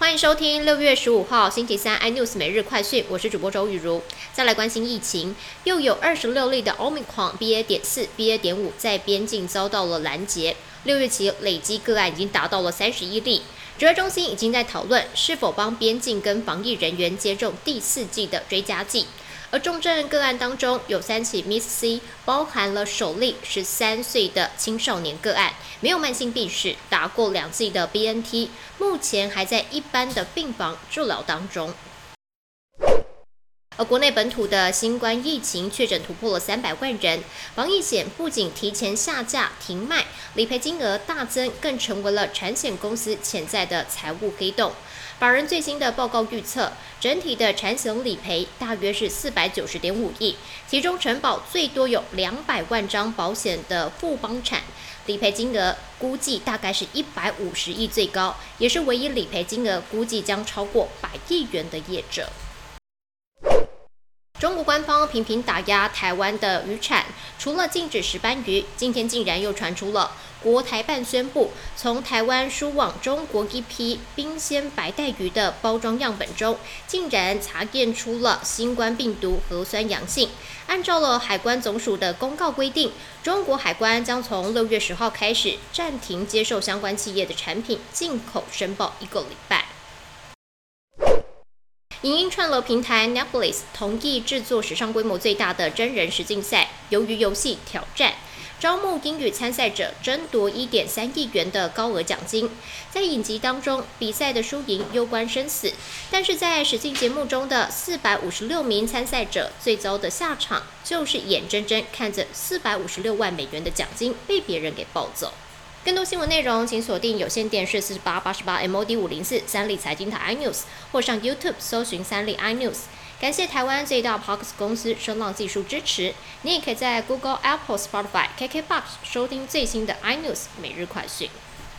欢迎收听6月15号星期三 iNews 每日快讯，我是主播周雨茹。再来关心疫情，又有26例的 Omicron BA.4、BA.5 在边境遭到了拦截。6月起累积个案已经达到了31例。指挥中心已经在讨论是否帮边境跟防疫人员接种第4剂的追加剂。而重症个案当中有3起 Miss C， 包含了首例13岁的青少年个案，没有慢性病史，打过2剂的 BNT， 目前还在一般的病房治疗当中。而国内本土的新冠疫情确诊突破了300万人，防疫险不仅提前下架停卖，理赔金额大增，更成为了产险公司潜在的财务黑洞。法人最新的报告预测，整体的产险理赔大约是490.5亿，其中承保最多有200万张保险的富邦产，理赔金额估计大概是150亿最高，也是唯一理赔金额估计将超过100亿元的业者。中国官方频频打压台湾的渔产，除了禁止石斑鱼，今天竟然又传出了国台办宣布，从台湾输往中国一批冰鲜白带鱼的包装样本中，竟然查验出了新冠病毒核酸阳性。按照了海关总署的公告规定，中国海关将从6月10号开始暂停接受相关企业的产品进口申报1个礼拜。影音串流平台 Netflix 同意制作史上规模最大的真人实境赛《鱿鱼游戏挑战》，招募英语参赛者争夺1.3亿元的高额奖金。在影集当中，比赛的输赢攸关生死，但是在实境节目中的456名参赛者，最糟的下场就是眼睁睁看着456万美元的奖金被别人给抱走。更多新闻内容，请锁定有线电视4888 MOD 504三立财经台 iNews， 或上 YouTube 搜寻三立 iNews。感谢台湾最大 Podcast 公司声浪技术支持。你也可以在 Google、Apple、Spotify、KKBox 收听最新的iNews 每日快讯。